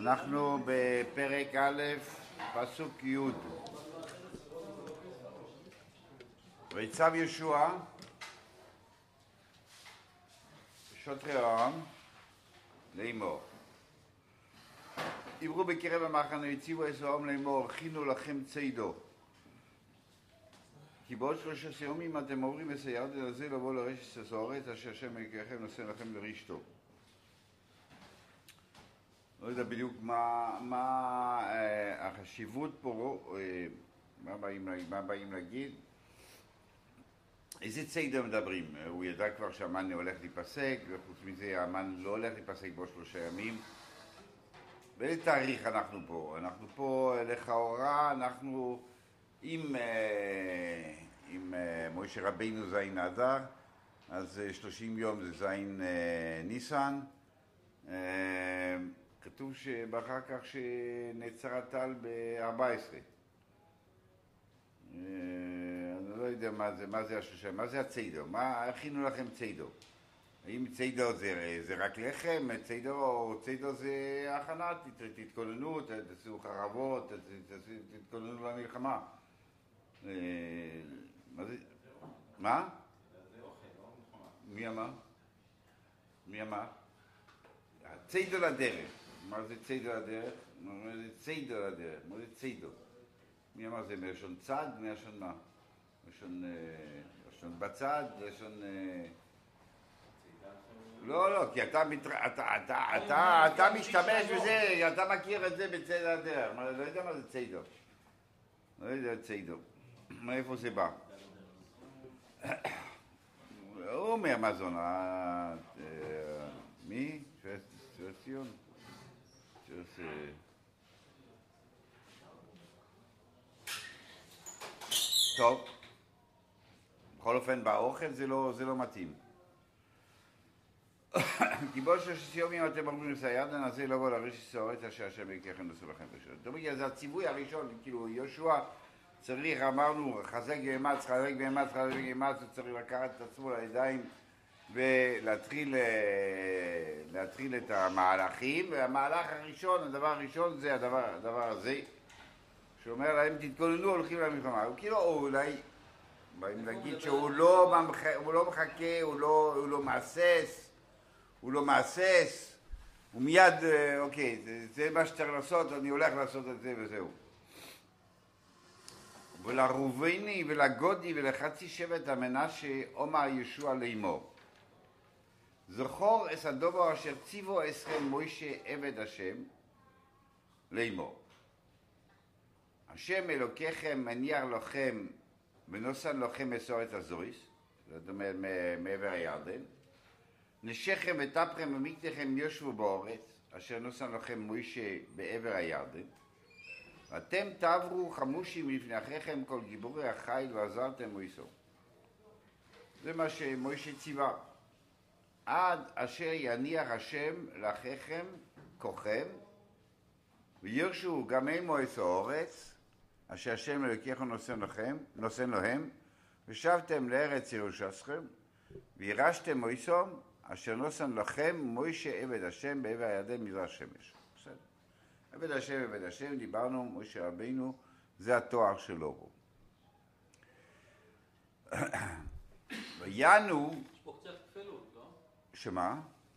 אנחנו בפרק א', פסוק י'. ויצב ישוע שוטרי העם לאמור. דיברו בקרב המחנה, הציבו את העם לאמור, הכינו לכם צידו. כי בעוד 3 ימים אתם עוברים את הירדן הזה לבוא לרשת הארץ אשר השם אלוקיכם נושא לכם לרשתו. לא יודע בדיוק מה החשיבות פה, מה באים להגיד. איזה צידה מדברים? הוא ידע כבר שהמן הולך להיפסק, וחוץ מזה המן לא הולך להיפסק בעוד 3 ימים. באיזה תאריך אנחנו פה? אנחנו פה לכאורה, אנחנו עם משה רבינו זין אדר, אז 30 יום זה זין ניסן. כתוב שבאחר כך שנעצר הטל ב-14. אני לא יודע מה זה השלושה, מה זה הצידו? מה הכינו לכם צידו? האם צידו זה רק לחם? צידו זה הכנה, תתכוננו, תעשו חרבות, תתכוננו למלחמה. מה זה? מה? זה אוכל, לא מלחמה. מי אמר? צידו לדרך. מה זה צידו לדרך? מה זה צידו לדרך? מה זה צידו? מי אמר זה? מלשון צד? מלשון מה? מלשון בצד? מלשון... לא, כי אתה משתמש בזה, אתה מכיר את זה בצידו לדרך. לא יודע מה זה צידו. לא יודע צידו. מאיפה זה בא? הוא אומר מה זו? מי? ציון? טוב, בכל אופן באוכל זה לא מתאים. כי בעוד 3 ימים אתם אומרים לסיידן הזה לבוא לרשת הארץ אשר השם אלוקיכם נושא לכם לרשתו. זאת אומרת, זה הציווי הראשון, כאילו יהושע צריך, אמרנו, חזק ואמץ, הוא צריך לקחת את עצמו לידיים ולהתחיל את המהלכים, והמהלך הראשון, הדבר הראשון זה הדבר הזה, שאומר להם תתכוננו, הולכים למלחמה. הוא כאילו אולי באים להגיד שהוא לא מחכה, הוא לא מהסס, הוא מיד, אוקיי, זה מה שצריך לעשות, אני הולך לעשות את זה וזהו. ולרובני ולגודי ולחצי שבט המנשה אומר ישוע לאמור. זכור את הדבר אשר ציוו אתכם מוישה עבד השם לאמור. השם אלוקיכם מניח לכם ונוסן לכם את הארץ הזויס, זאת אומרת מעבר הירדן, נשיכם וטפכם ומקניכם יושבו בארץ אשר נוסן לכם מוישה בעבר הירדן, ואתם תעברו חמושים לפני אחיכם כל גיבורי החיל ועזרתם מויסו. זה מה שמוישה ציווה. עד אשר יניח השם לאחיכם כוחם, וירשו גם עמו את הארץ, אשר השם אלוקיכם נושא להם, ושבתם לארץ ירושתכם, וירשתם מויסו, אשר נושן לכם מוישה עבד השם בעבר הירדן מזרח שמש. בסדר. עבד השם, דיברנו, משה רבינו, זה התואר שלו בו. וינו... יש פה קצת כפלות, לא? שמה?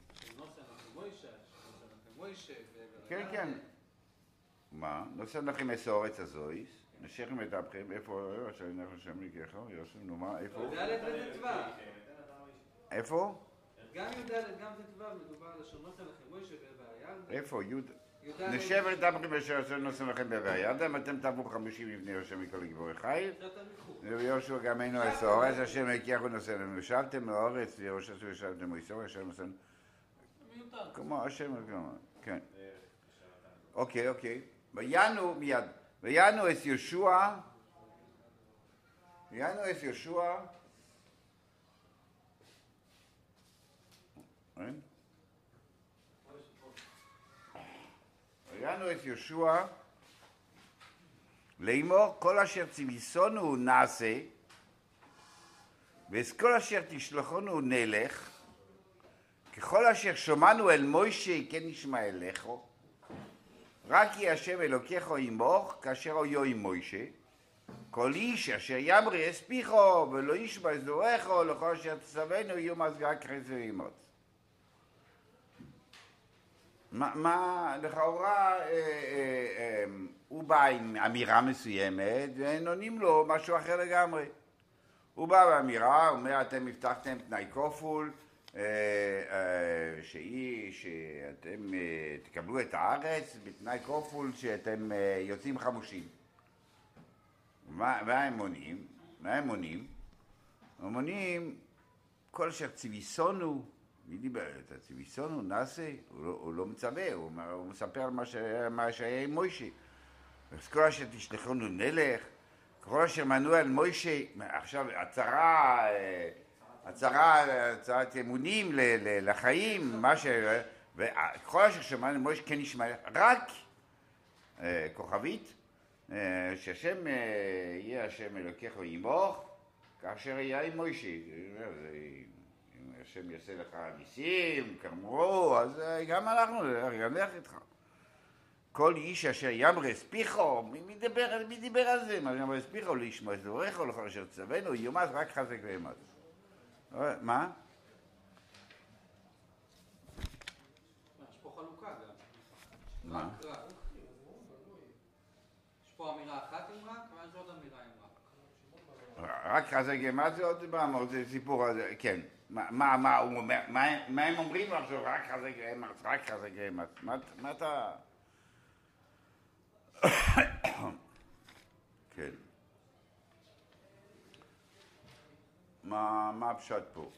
מוישה, כן. מה? נושא לכם את הארץ הזויס, נשיכם את אפכם, איפה? אשר ינח השם לקחו, יוסף, נו מה, איפה? ד' וט"ו. איפה? גם י"ד, גם ט"ו, מדובר על אשר נושא לכם מוישה בעבר הירדן. איפה? נשב את אפכם אשר נושא לכם בעבר הירדן, אתם תעברו 50 לפני השם מכל גיבורי חיל. ויהושע גם עמו את הארץ, השם אלוקיכם נושא להם, ושבתם לארץ וירושתכם ושבתם מויסו, אשר נושא... מיותר. כמו השם אלוקיכם, כן. אוקיי. וינו מיד. וינו את יהושע. וינו את יהושע לאמור כל אשר ציוויסונו נעשה ואת כל אשר תשלחונו נלך ככל אשר שמענו אל מוישה כן נשמע אליכו רק כי השם אלוקיך עמך, כאשר היו עם מוישה, כל איש אשר ימרי אספיחו, ולא ישמע אזוריכו, לכל אשר תצוונו, יהיו מזגה כחץ ואימוץ. מה לכאורה הוא בא עם אמירה מסוימת, והם עונים לו משהו אחר לגמרי. הוא בא באמירה, הוא אומר, אתם הבטחתם תנאי כפול, שאתם תקבלו את הארץ בתנאי כפול שאתם יוצאים חמושים. מה הם עונים? הם עונים, כל אשר ציוויסונו, מי דיבר את הציוויסונו? נעשה, הוא לא מצווה, הוא מספר על מה שהיה עם מוישה. אז כל אשר תשלחונו נלך, כל אשר מנעו על מוישה, עכשיו הצהרת אמונים לחיים, וכל אשר שמענו על מוישה כן נשמע, רק כוכבית, שהשם יהיה השם אלוקיך עמך, כאשר יהיה עם מוישה. אם השם יעשה לך ניסים, כמוהו, אז גם אנחנו נלך איתך. כל איש אשר ימרי אספיחו, מי דיבר על זה? ימרי אספיחו, לישמע אזוריך, לכל אשר תצוונו, יומס רק חזק ואמץ. מה? יש פה חלוקה גם. מה? יש פה אמירה אחת עם רק, ויש עוד אמירה עם רק. רק חזק ואמץ זה עוד דבר, זה סיפור הזה, כן. מה הם אומרים עכשיו? רק חזק ואמץ, רק חזק ואמץ. מה אתה... כן. מה הפשט פה?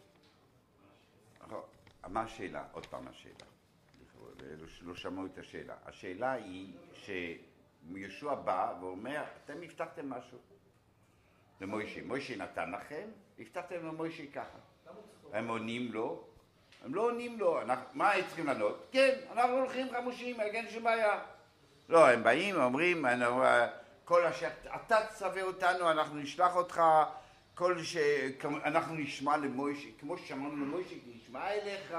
מה השאלה? עוד פעם השאלה. לא שמעו את השאלה. השאלה היא שישוע בא ואומר, אתם הבטחתם משהו למוישה. מוישה נתן לכם, הבטחתם למוישה ככה. הם עונים לו, הם לא עונים לו. מה הם צריכים לענות? כן, אנחנו הולכים חמושים, אין שום בעיה. לא, הם באים ואומרים, כל אשר אתה תצווה אותנו, אנחנו נשלח אותך, אנחנו נשמע למוישה, כמו ששמענו למוישה, כי נשמע אליך,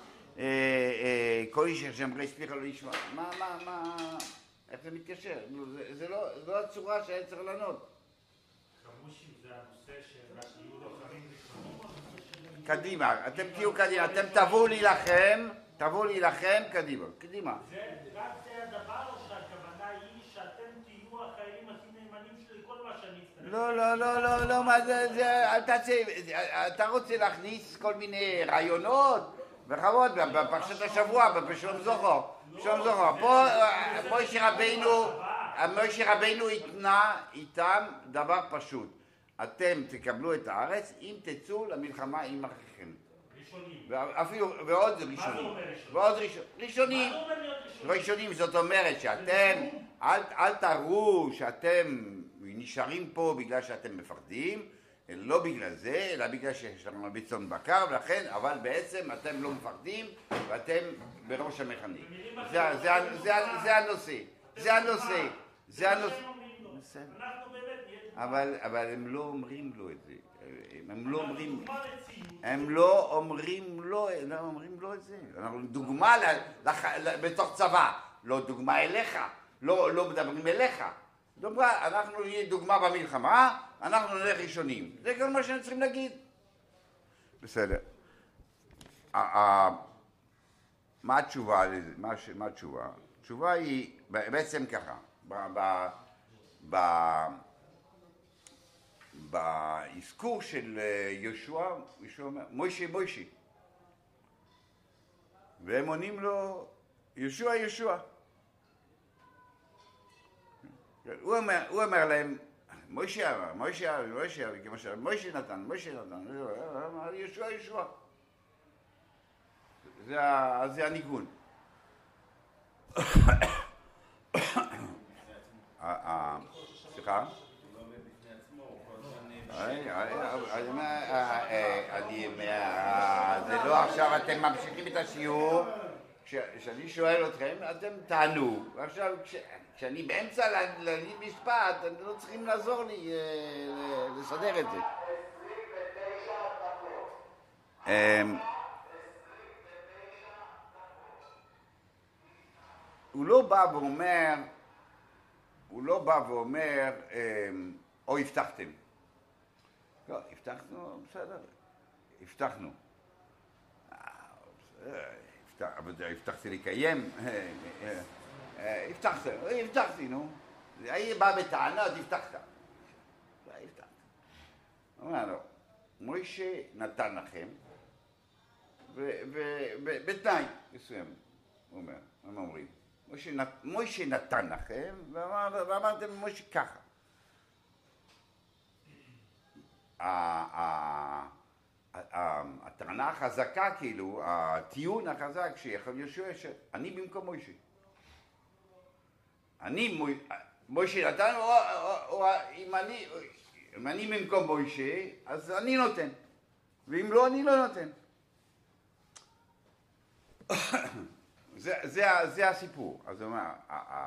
כל איש שאמרי ספיחה לא ישמע. איך זה מתקשר? זה לא הצורה שהיה צריך לענות. חמושים זה הנושא שיהיו לוחמים ראשונים? קדימה, אתם תהיו קדימה, אתם תבואו להילחם, קדימה. רק זה הדבר או שהכוונה היא שאתם תהיו החיילים הכי נאמנים שלי כל מה שאני אצטרך? לא, מה זה, אל תעשה, אתה רוצה להכניס כל מיני רעיונות וחוות בפרשת השבוע, בשלום זוכר. פה משה רבינו התנה איתם דבר פשוט. אתם תקבלו את הארץ אם תצאו למלחמה עם אחיכם. ועוד ראשונים. ראשונים, זאת אומרת שאתם, אל תראו שאתם נשארים פה בגלל שאתם מפחדים, לא בגלל זה, אלא בגלל שיש לנו ביצון בקר, ולכן, אבל בעצם אתם לא מפחדים, ואתם בראש המחנה. זה הנושא. אבל הם לא אומרים לו את זה. הם לא אומרים לו את זה. אנחנו דוגמה בתוך צבא, לא דוגמה אליך, לא מדברים אליך. אנחנו נהיה דוגמה במלחמה, אנחנו נלך ראשונים. זה כל מה שהם צריכים להגיד. בסדר. מה התשובה לזה? מה התשובה? התשובה היא בעצם ככה. באזכור של יהושע אומר, מוישה. והם עונים לו, יהושע. הוא אומר להם, מוישה, מוישה נתן, יהושע. זה הניגון. סליחה? זה לא עכשיו אתם ממשיכים את השיעור, כשאני שואל אתכם אתם תענו, ועכשיו כשאני באמצע להגיד משפט אתם לא צריכים לעזור לי לסדר את זה. הוא לא בא ואומר, או הבטחתם. לא, הבטחנו, בסדר, הבטחנו. הבטחתי לקיים, הבטחתי, נו. היא באה בטענות, הבטחת. הוא אומר לו, מוישה נתן לכם, ובתנאי מסוים, הוא אומר, הם אומרים, מוישה נתן לכם, ואמרתם מוישה ככה. הטענה החזקה, כאילו, הטיעון החזק שיכול יהושע, אני במקום מוישה. מוישה נתן, או אם אני במקום מוישה, אז אני נותן. ואם לא, אני לא נותן. זה הסיפור. אז הוא אומר,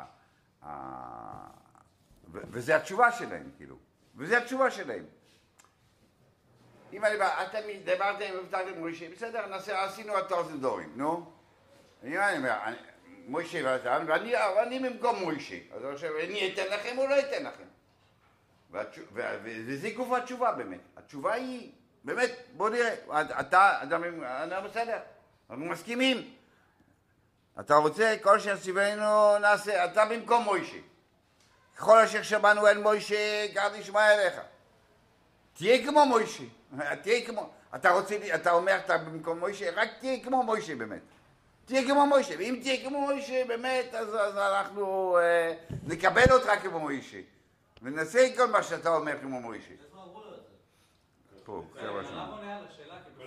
וזה התשובה שלהם, כאילו. וזה התשובה שלהם. אם אני בא, אתם דיברתם והבטחתם מוישה, בסדר, עשינו התורסן דורים, נו. אני אומר, מוישה נתן, ואני במקום מוישה. אז הוא חושב, אני אתן לכם או לא אתן לכם? וזה גוף התשובה באמת. התשובה היא, באמת, בוא נראה, אתה בסדר, אנחנו מסכימים. אתה רוצה, כל שציוונו נעשה, אתה במקום מוישה. ככל אשר שמענו אל מוישה, כך נשמע אליך. תהיה כמו מוישה. אתה אומר, אתה במקום מוישה, רק תהיה כמו מוישה באמת. תהיה כמו מוישה, ואם תהיה כמו מוישה באמת, אז אנחנו נקבל אותך כמו מוישה. ונעשה כל מה שאתה אומר כמו מוישה. אז מה אמרו לו את זה? פה, הרב עונה על השאלה, כי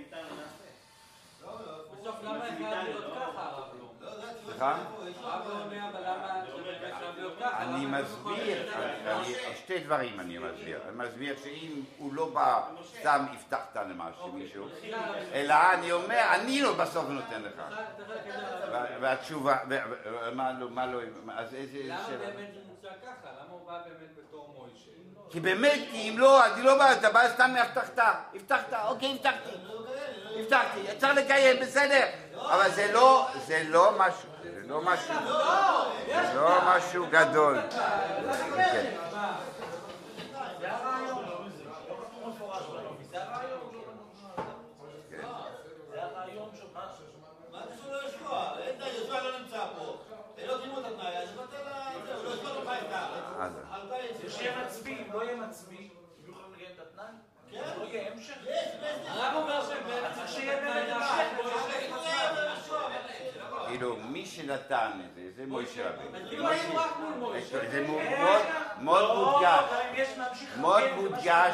בסוף למה אחד להיות ככה, הרב לא? סליחה? הרב לא עונה, אבל למה שבאמת חייב להיות ככה? אני מסביר, שתי דברים אני מסביר. אני מסביר שאם הוא לא בא, סתם הבטחת למישהו, אלא אני אומר, אני לא בסוף נותן לך. והתשובה, מה לא, אז איזה למה שאלה? באמת זה מוצא ככה? למה הוא בא באמת בתור מוישה? כי באמת, כי אם לא, אני לא בא, אתה בא סתם הבטחת, אוקיי, הבטחתי, צריך לקיים, בסדר. אבל זה לא משהו גדול. זה הרעיון. זה הרעיון שלך. מה זה שהוא לא ישוע? ישוע לא נמצא פה. לא קימו את התנאי, אז בטל את זה, הוא לא ישוע לך את הארץ. שיהיה מצביא, אם לא יהיה מצביא, הם יכולים לקיים את התנאי? לא יהיה המשך? הרב אומר שבאמת צריך שיהיה באמת המשך. כאילו, מי שנתן את זה, זה מוישה רבנו. כאילו היינו רק מול מוישה. זה מאוד מודגש. מאוד מודגש.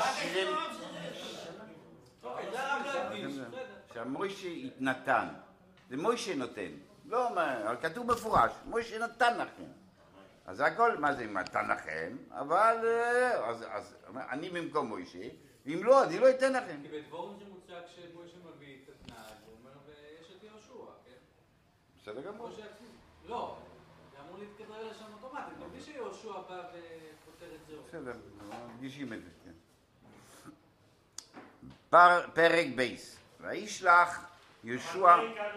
אוקיי, זה הרב לא הדגיש. שהמוישה נתן. זה מוישה נותן. לא, כתוב מפורש, מוישה נתן לכם. אז הכל, מה זה נתן לכם? אבל, אז אני במקום מוישה, ואם לא, אני לא אתן לכם. כי בדבורים זה מוצג שמוישה מביא את התנאי, הוא אומר, ויש את יהושע, כן? בסדר גמור. לא, זה אמור להתקבל לשם אוטומטית, לא בלי שיהושע בא ופותר את זה. בסדר, מרגישים את זה, כן. פרק בייס. וישלח יהושע...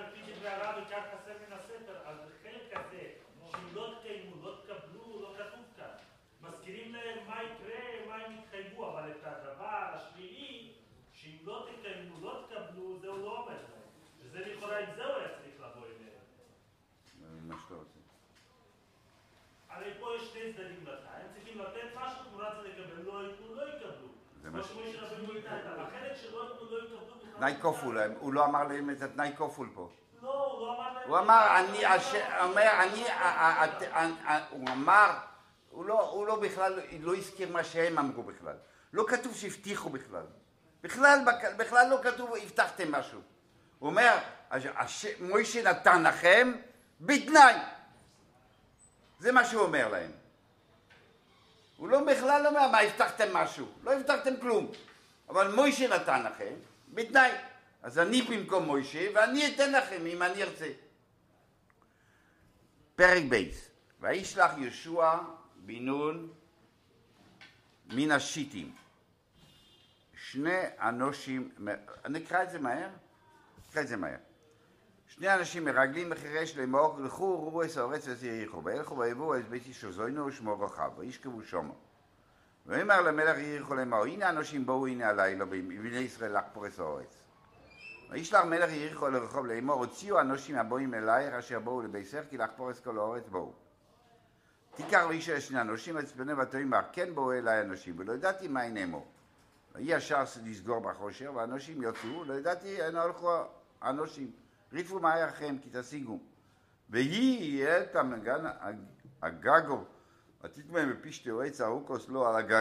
אז חלק כזה, שאם לא תקיימו, לא תקבלו, לא כתוב כאן. מזכירים להם מה יקרה, מה הם יתחייבו, אבל את הדבר השלילי, שאם לא תקיימו, לא תקבלו, זה הוא לא אומר להם. וזה לכאורה, עם זה הוא היה צריך לבוא אליהם. מה שאתה רוצה. הרי פה יש שני צדדים לתנאי, הם צריכים לתת משהו, תמורת זה לקבל, לא ייתנו, לא יקבלו. כמו שמוישה רבנו איתה, החלק שלא ייתנו, לא יקבלו בכלל. תנאי כפול, הוא לא אמר להם את התנאי כפול פה. לא, הוא לא אמר להם. הוא אמר, הוא לא בכלל, לא הזכיר מה שהם אמרו בכלל. לא כתוב שהבטיחו בכלל. בכלל לא כתוב, הבטחתם משהו. הוא אומר, מוישה נתן לכם בתנאי. זה מה שהוא אומר להם. הוא לא בכלל לא אומר, מה, הבטחתם משהו. לא הבטחתם כלום. אבל מוישה נתן לכם בתנאי. אז אני במקום מוישה, ואני אתן לכם אם אני ארצה. פרק בייס. וישלח יהושע בן נון מן השיטים. שני אנושים, נקרא את זה מהר? נקרא את זה מהר. שני אנשים מרגלים בחירש לאמור, לכו ראו את האורץ ואת יריחו, וילכו ויבואו את בית איש עזוינו ושמו רחב, וישכבו שומו. ואמר למלך יריחו לאמור, הנה אנשים בואו הנה הלילה בבני ישראל לחפור את האורץ. וישלח מלך יריחו לרחוב לאמור, הוציאו אנשים הבאים אלייך אשר בואו לביתך כי לחפור את כל האורץ בואו. תיקח ואיש אל שני אנשים וצפנה ותאמר, כן בואו אליי אנשים, ולא ידעתי מה נאמור. ויהי השער לסגור בחושר, והאנשים יוצאו, לא ידעתי אינו הלכו אנשים. ריפו מהירכם כי תשיגו. ויהי אלתם הגגו, ותתמם בפשטי אוהץ ארוכוס לו על הגג.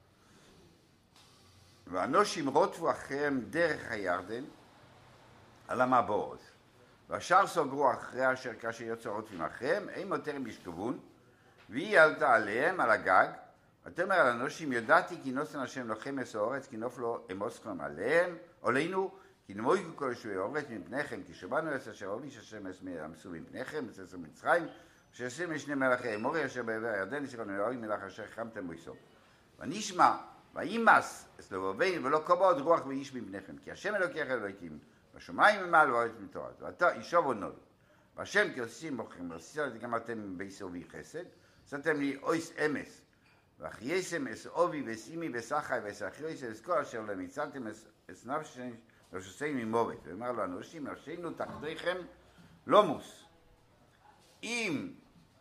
ואנשים רוטפו אחריהם דרך הירדן על המעבורת. והשאר סוגרו אחרי אשר כאשר יוצאו רוטפים אחריהם, הם יותר משכבון, והיא עלתה עליהם על הגג, ותאמר על אנשים, ידעתי כי נוסן השם לוחם את האורץ, כי נופלו אמוסכם עליהם, עלינו, כי נמויגו כל יושבי האורץ מפניכם, כי שמענו את אשר הוביש השם עשו מפניכם, את אשר מצרים, אשר עשיתם לשני מלכי אמורי אשר בעבר הירדן, ישכנו אלוהי מלך אשר חמתם בויסו. ונשמע, וימס אצלבובינו ולא כבוד רוח ואיש מפניכם, כי השם אלוקיך אלוהיקים, בשמיים ממעל וארץ מתורת, ואתה אישו ונול. והשם כי עושים בוכם, ועשיתם גם אתם ביסובי חסד, עשיתם לי אויס אמס, ואחייסם אס אובי וסימי וסחי וסחייסם אס כל אשר להם הצלתם אס נפשי ממוות. ואמר לו אנשים, נפשנו תחתיכם לא מוס. אם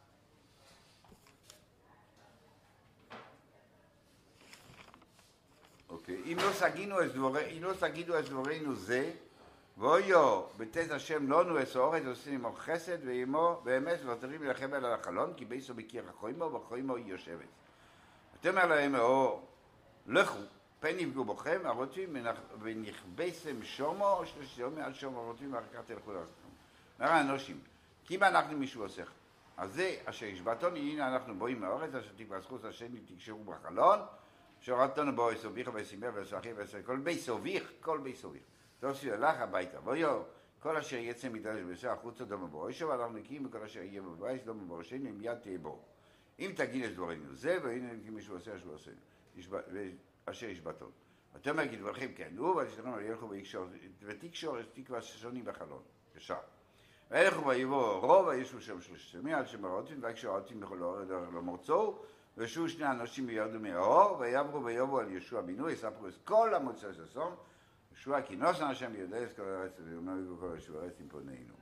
לא סגידו את דברינו זה, ואויו בתת השם לנו אס האורץ עושים עמו חסד ועמו ואמס ותרים לכם על החלון, כי ביסו בקיר החוימו וחוימו היא יושבת. ותאמר להם, לכו, פן יפגעו בכם, הרוצים ונכבסם שומו, 3 יום על שומו הרוצים ואחר כך תלכו לעצמכם. נראה אנושים, כי אם אנחנו מישהו עושך, אז זה אשר ישבתון, הנה אנחנו בואים מהאורץ, אשר תקבסכוס השם תקשרו בחלון, שרתנו בו יסוביך ויסימר ויסחי ויסחי, כל בי סוביך, כל בי סוביך. תעשו הלך הביתה, ויו, כל אשר יצא מדרש בסך החוצה דומה בראשו, ואנחנו נקיים וכל אשר יהיה בבית דומה בראשנו, אם יד תהיה בו. אם תגיד את דברינו זה, והנה כי מישהו עושה אשר עושה, אשר ישבתון. ותאמר כי דברכם כן, ותשלחם על ילכו ותקשור את תקווה שונים בחלון, ישר. וילכו ויבואו רוב, וישבו שם 3 ימים, על שם הרוצים, ויקשור הרוצים בכל האור לא מורצו, ושבו 2 אנשים וירדו מהאור, ויעברו ויבואו על ישוע בנו, יספרו את כל המוצא של הסום, ישוע כי נוסן השם יודע את כל הארץ, ויאמרו כל ישוע הארץ עם פנינו.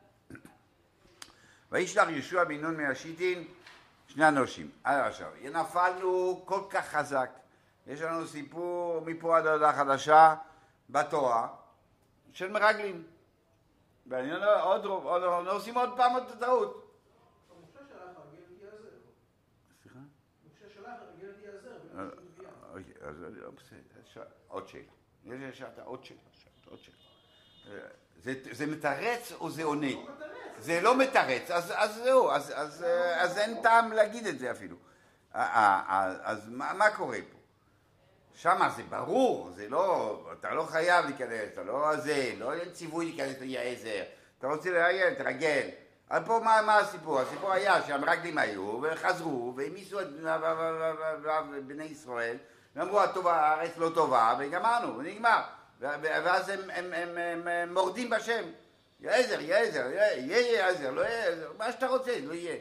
וישלח ישוע בן נון מהשיטין 2 אנשים. עכשיו, נפלנו כל כך חזק, יש לנו סיפור מפה עד הודעה חדשה בתורה של מרגלים. ואני לא עושים עוד פעם את הטעות. המשה שלח הרגל תיעזר. סליחה? המשה שלח הרגל תיעזר. אוקיי, אז בסדר, עוד שאלה. יש עוד שאלה. זה מתרץ או זה עונה? זה לא מתרץ, אז זהו, אז אין טעם להגיד את זה אפילו. אז מה קורה פה? שמה זה ברור, זה לא, אתה לא חייב להיכנס, אתה לא זה, לא אין ציווי להיכנס ליעזר, אתה רוצה להגיע, תרגל. אבל פה מה הסיפור? הסיפור היה שהמרגלים היו וחזרו והמיסו את בני ישראל ואמרו הארץ לא טובה וגמרנו, ונגמר. ואז הם מורדים בשם. יעזר, יהיה יעזר, לא יעזר, מה שאתה רוצה, לא יהיה.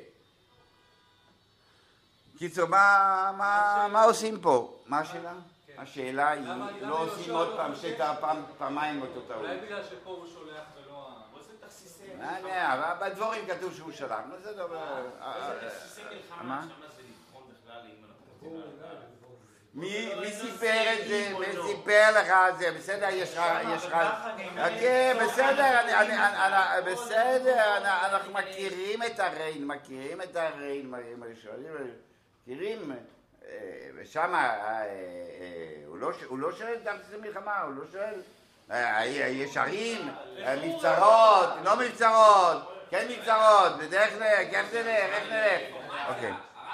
קיצור, מה עושים פה? מה השאלה? השאלה היא, לא עושים עוד פעם, פעמיים אותו טעות. אולי בגלל שפה הוא שולח ולא... רוצה תכסיסי בדבורים כתוב שהוא שלח, מה זה דבר? תכסיסי מלחמה שם זה לבחון בכלל אם אנחנו רוצים לדעת. מי סיפר את זה? מי סיפר לך את זה? בסדר, יש לך... בסדר, אנחנו מכירים את הריין, מכירים, ושם הוא לא שואל תכסיסי מלחמה, הוא לא שואל... יש ערים, מבצרות, לא מבצרות, כן מבצרות, איך נלך? אוקיי.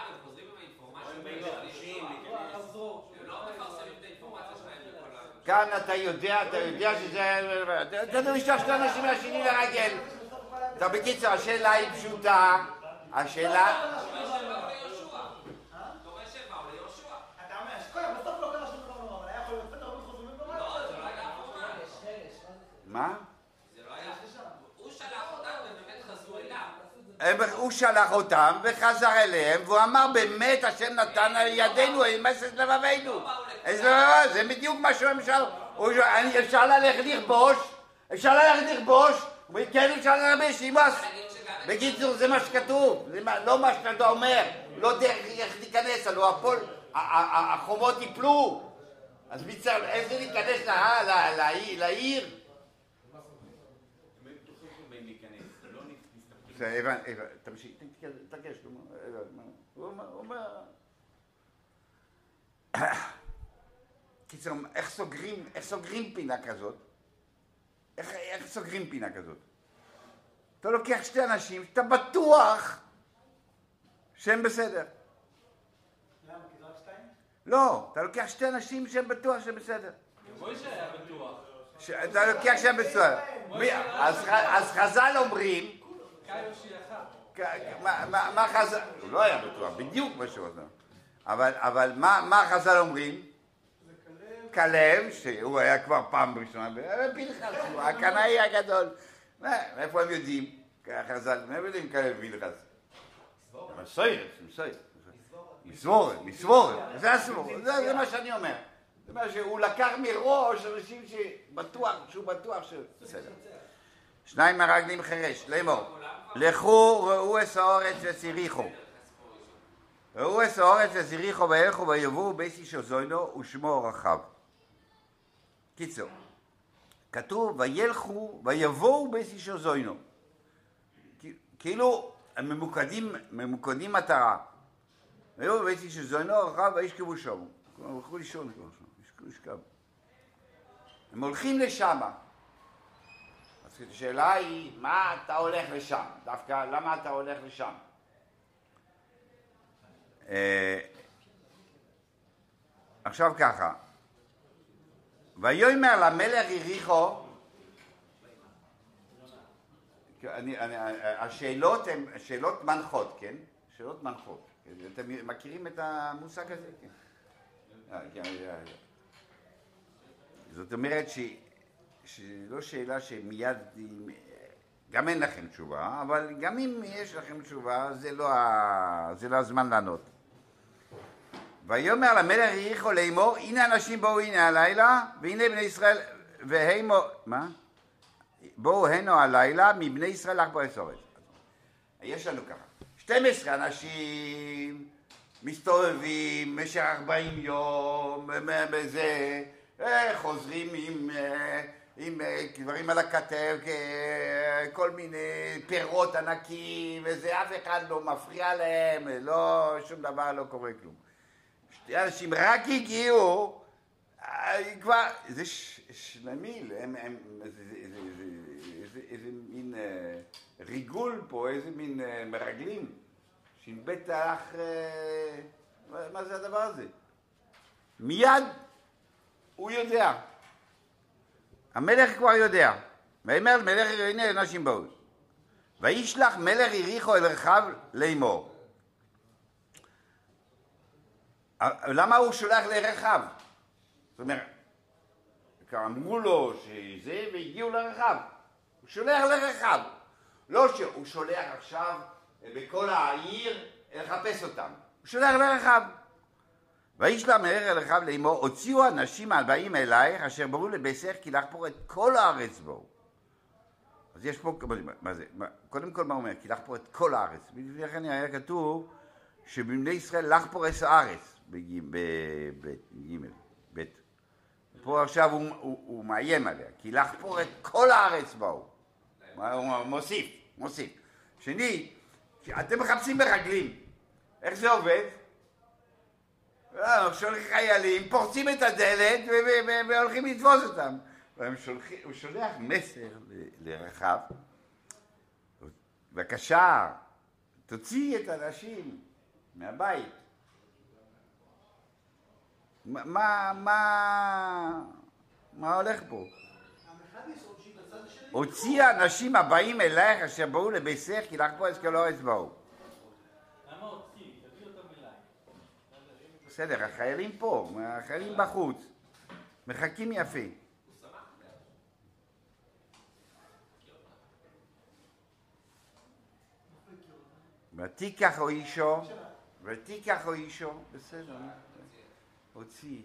כאן אתה יודע שזה... אתה משלח 2 אנשים מהשני לרגל. טוב, בקיצור, השאלה היא פשוטה. השאלה... מה? הוא שלח אותם, הוא שלח אותם וחזר אליהם, והוא אמר באמת השם נתן על ידינו, ימס את לבבינו. זה בדיוק מה שהוא אמר. אפשר ללכת לכבוש, כן אפשר ללכת שימוס. בקיצור זה מה שכתוב, לא מה שאתה אומר, לא דרך איך להיכנס, הלוא החומות ייפלו. אז איזה להיכנס לעיר? תמשיך, תגש, הוא אומר... קיצור, איך סוגרים פינה כזאת? איך סוגרים פינה כזאת? אתה לוקח שתי אנשים, אתה בטוח שהם בסדר. למה? כי זה רק שתיים? לא, אתה לוקח שתי אנשים שהם בטוח שהם בסדר. מוישה היה בטוח. אתה לוקח שהם בסדר. אז חז"ל אומרים... קאיושי אחד. מה חז"ל... הוא לא היה בטוח, בדיוק מה שהוא אומר. אבל מה חז"ל אומרים? כלב, שהוא היה כבר פעם ראשונה, פנחס, הוא הקנאי הגדול. מאיפה הם יודעים? חז"ל, מאיפה יודעים כלב פנחס? מסבורת. זה הסבורת, זה מה שאני אומר. זה אומר שהוא לקח מראש אנשים שהוא בטוח בסדר. שניים מהרגלים חרש, לאמור. לכו ראו את האורץ וסיריחו. ראו את האורץ וסיריחו וילכו ויבואו בית איש עזוינו ושמו רחב. קיצור, כתוב וילכו ויבואו בית איש עזוינו. כאילו הם ממוקדים מטרה. ויבואו בית איש עזוינו רחב וישכבו שם. הם הולכו לישון כבר שם, ישכבו. הם הולכים לשם. אז השאלה היא, מה אתה הולך לשם? דווקא, למה אתה הולך לשם? עכשיו ככה, ויאמר למלך יריחו, השאלות הן שאלות מנחות, כן? שאלות מנחות. אתם מכירים את המושג הזה? כן. זאת אומרת שזו שאלה שמיד, גם אין לכם תשובה, אבל גם אם יש לכם תשובה, זה לא הזמן לענות. ויאמר למלך יריחו לאמור, הנה אנשים באו הנה הלילה, והנה בני ישראל, מה? בואו הנו הלילה מבני ישראל לחפור את הארץ. יש לנו ככה, 12 אנשים מסתובבים במשך 40 יום, בזה, חוזרים עם דברים על הכתב, כל מיני פירות ענקים, וזה אף אחד לא מפריע להם, לא, שום דבר לא קורה כלום. שתי אנשים רק הגיעו, כבר, זה שלמיל, איזה מין ריגול פה, איזה מין מרגלים, שבטח, מה זה הדבר הזה? מיד הוא יודע, המלך כבר יודע, ויאמר למלך הנה אנשים באו, וישלח מלך יריחו אל רחב לאמור. למה הוא שולח לרחב? זאת אומרת, אמרו לו שזה והגיעו לרחב, הוא שולח לרחב, לא שהוא שולח עכשיו בכל העיר לחפש אותם, הוא שולח לרחב. וישלח מלך אל רחב לאמור, הוציאו אנשים הבאים אלייך אשר באו לבשרך כי לחפור את כל הארץ בו. אז יש פה, מה זה? קודם כל מה הוא אומר? כי לחפור את כל הארץ. לפני כן היה כתוב שבבני ישראל לחפור את הארץ ב'. פה עכשיו הוא מאיים עליה, כי לחפור את כל הארץ באו. הוא מוסיף. שני, אתם מחפשים ברגלים. איך זה עובד? שולחים חיילים, פורצים את הדלת והולכים לתפוס אותם. הוא שולח מסר לרחב, בבקשה, תוציא את האנשים מהבית. מה הולך פה? הוציא האנשים הבאים אלייך אשר באו לבשרך כי לחפור את כל הארץ באו. למה הוציא? תביא אותם אליי. בסדר, החיילים פה, החיילים בחוץ, מחכים יפה. ותיקח או אישו, בסדר, הוציא.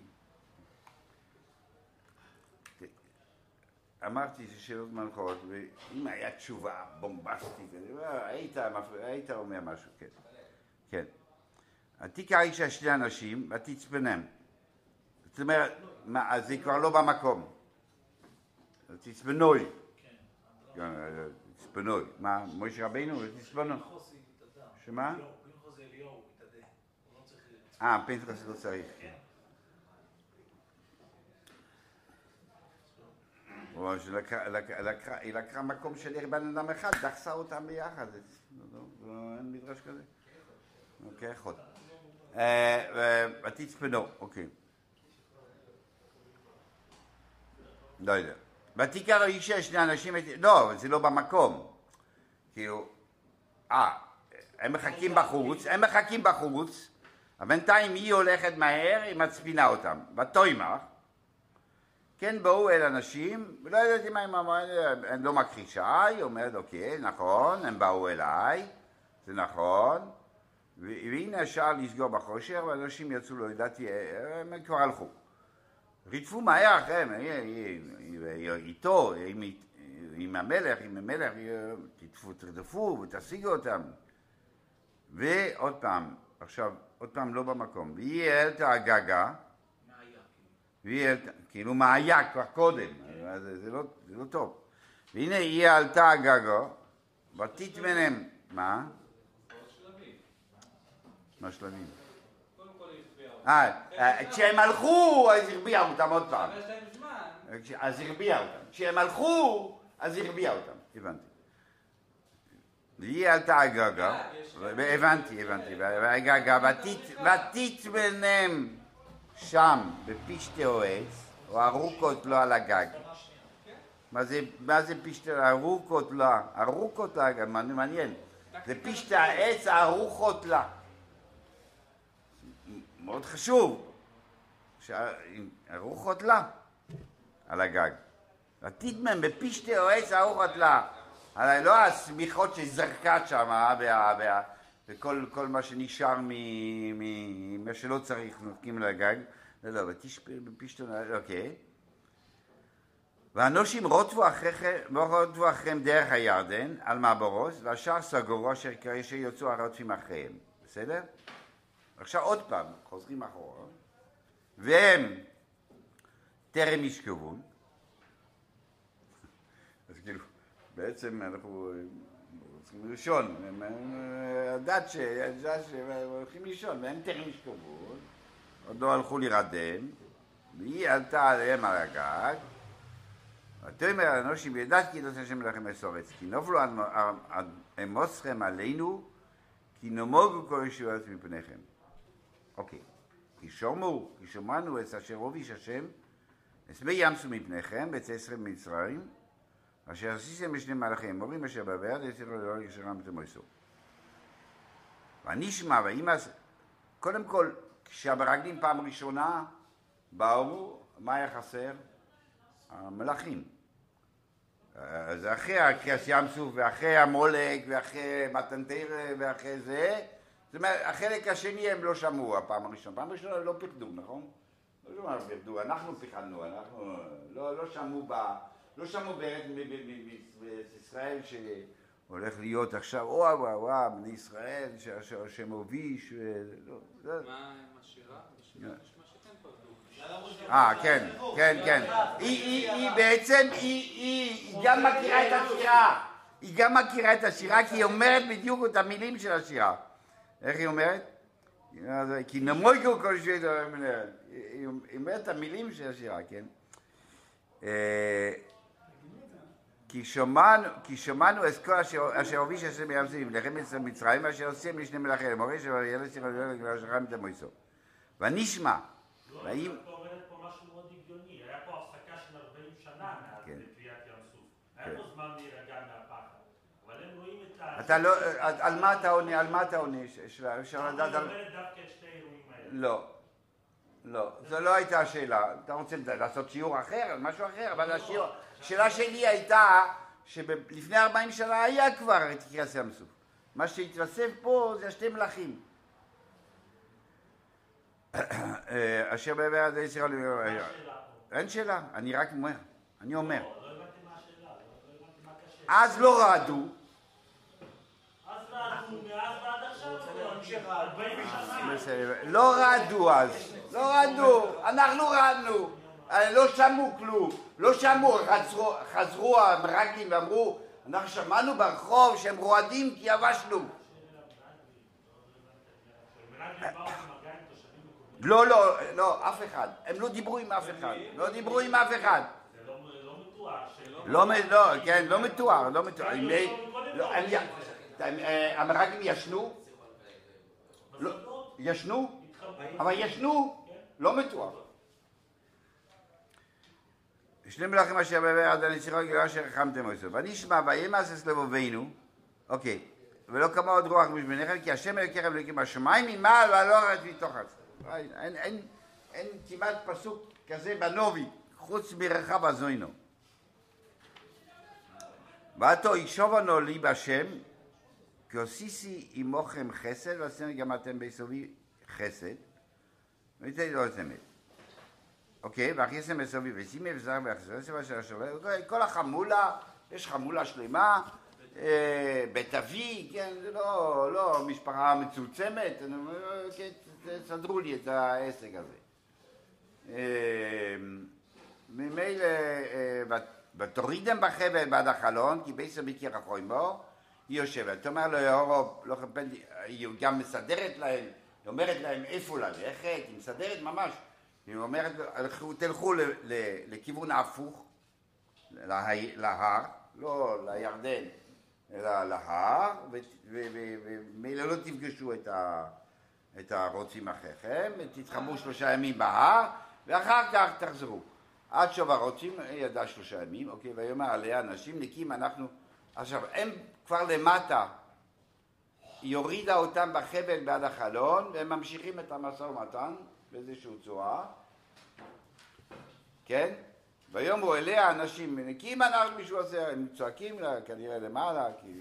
אמרתי ששאלות מנחות, ואם היה תשובה בומבסטית, היית אומר משהו, כן. כן. ותיקח אישה שני אנשים ותצפנם. זאת אומרת, זה כבר לא במקום. תצפנוי. תצפנוי. מה, משה רבינו? תצפנוי. שמה? פנחס זה אליהו, מתאדה. פנחס לא צריך. היא לקחה מקום של בן אדם אחד, דחסה אותם ביחד. אין מדרש כזה. אוקיי, חוד. ותצפנו, אוקיי. לא יודע. ותיקח אישה שני אנשים, לא, זה לא במקום. כאילו, הם מחכים בחוץ, אבל בינתיים היא הולכת מהר, היא מצפינה אותם. ותאמר, כן באו אל אנשים, ולא ידעתי מה הם אמרו, אני לא מכחישה, היא אומרת, אוקיי, נכון, הם באו אליי, זה נכון, והנה השאר לסגור בחושר, ואנשים יצאו, לא ידעתי, הם כבר הלכו. רדפו מהר אחריהם, איתו, עם המלך, תרדפו ותשיגו אותם. ועוד פעם, עכשיו, עוד פעם לא במקום, והיא העלתה הגגה, כאילו מה היה כבר קודם, זה לא טוב. והנה היא עלתה הגגו, ותתמנם, מה? מה שלבים? כשהם הלכו, אז הרביעה אותם עוד פעם. אז הרביעה אותם. כשהם הלכו, אז הרביעה אותם. הבנתי. והיא עלתה הגגה, הבנתי, והגגה, ותתמנם שם, בפשטי עץ, או ארוכות לו על הגג. מה זה פשטי ארוכות לו? ארוכות לו, מעניין. זה פשטי העץ הארוכות לה. מאוד חשוב. ארוכות לה על הגג. ותתמם בפשטי עץ ארוכות לה. הרי לא הסמיכות שזרקת שם, וכל מה שנשאר ממה שלא צריך נותקים לגג. לא, בפשטי, אוקיי. והאנושים רודפו אחריהם דרך הירדן, על מעברוס, והשאר סגורו אשר יוצאו הרודפים אחריהם. בסדר? עכשיו עוד פעם, חוזרים אחורה, והם טרם ישכבון. אז כאילו, בעצם אנחנו צריכים לישון, הדת שהולכים לישון, והם טרם ישכבון, עוד לא הלכו להירדם, והיא עלתה עליהם על הגג, ותאמר האנושים, ידעת כי נושא השם לכם מסורץ, כי נופלו אמוסכם עלינו, כי נמוגו כל ישועות מפניכם. אוקיי. כי שמענו את אשר הוביש השם, אסבי ימסו מפניכם, בצעשרה מצרים, אשר עשיתם בשני מלאכי אמורים, אשר בבאר, יצאו לא ישרם את המויסו. ונשמע, קודם כל, כשהמרגלים פעם ראשונה באו, מה היה חסר? המלאכים. אז אחרי הקריאס ים סוף, ואחרי המולק, ואחרי מתנתר, ואחרי זה, זאת אומרת, החלק השני הם לא שמעו הפעם הראשונה. פעם הראשונה הם לא פחדו, נכון? לא פחדו, אנחנו פחדנו, אנחנו לא שמעו בארץ ישראל שהולך להיות עכשיו, וואו, בני ישראל, שמוביש, מה עם השירה? בשירה נשמע שכן פחדו. כן. היא בעצם, היא גם מכירה את השירה. היא גם מכירה את השירה, כי היא אומרת בדיוק את המילים של השירה. איך היא אומרת? כי נמויגו כל שביעית, היא אומרת את המילים של השירה, כן? כי שמענו את כל אשר הוביש השם בים סוף לכם מצרים, ואשר עושים לשני מלאכי למורה, שילד צריך לדבר שרם את המויסו. ונשמע. לא, אתה אומרת פה משהו מאוד הגיוני. היה פה הפסקה של 40 שנה מאז בקריאת ים סוף. היה פה זמן להירגע מהפחד. אבל הם רואים את אתה לא, על מה אתה עונה? על מה אתה עונה? אפשר לדעת על... אומרת דווקא את שתי אירועים האלה. לא, זו לא הייתה השאלה. אתה רוצה לעשות שיעור אחר, משהו אחר, אבל השאלה שלי הייתה שלפני 40 שנה היה כבר את קריאת ים סוף. מה שהתווסף פה זה השתי מלכים. אשר בעבר עד היצר... אין שאלה, אני רק אומר. אני אומר. לא הבנתי מה השאלה, לא הבנתי מה קשה. אז לא רעדו. אז רעדו, מאז ועד עכשיו, לא, המשך 40 שנה. לא רעדו אז. לא רעדו. אנחנו רעדנו. לא שמעו כלום. לא שמעו. חזרו המרגלים ואמרו, אנחנו שמענו ברחוב שהם רועדים כי יבשנו. לא, לא, לא, אף אחד. הם לא דיברו עם אף אחד. לא דיברו עם אף אחד. זה לא מתואר. לא, כן, לא מתואר, לא מתואר. המרגלים ישנו? ישנו? אבל ישנו? לא מתואר. שני מלכים אשר בעבר עד הנצחו גילו אשר רחמתם עשו. ונשמע וימאס לבבינו, אוקיי, ולא כמה עוד רוח משבניכם, כי השם אלוקיכם אלוקים השמיים ממעל ועל הארץ מתחת. אין כמעט פסוק כזה בנובי, חוץ מרחב הזוינו. ועתו ישובנו לי בשם, כי עשיתי עמוכם חסד, ועשינו גם אתם בסובי חסד, ותראי לו את אמת. אוקיי, ואחייסם בסובי ושימי וזרם ואחסרסם אשר השווה, כל החמולה, יש חמולה שלמה, בית אבי, כן, זה לא משפחה מצומצמת, תסדרו לי את העסק הזה. ממילא, ותורידם בחבל בעד החלון, כי בייסר ביקר החורים בו, היא יושבת. אתה אומר לו, יהורוב, היא גם מסדרת להם, היא אומרת להם איפה ללכת, היא מסדרת ממש. היא אומרת, תלכו לכיוון ההפוך, להר, לא לירדן, אלא להר, ומילא לא תפגשו את הרוצים אחריכם, תתחברו 3 ימים בהר, ואחר כך תחזרו. עד שוב הרוצים, ידע 3 ימים, אוקיי, ויאמר עליה אנשים נקים אנחנו, עכשיו, הם כבר למטה, היא הורידה אותם בחבל בעד החלון, והם ממשיכים את המשא ומתן באיזושהי צורה, כן? ויאמרו אליה אנשים, נקים אנחנו מישהו עושה, הם צועקים לה, כנראה למעלה, כי...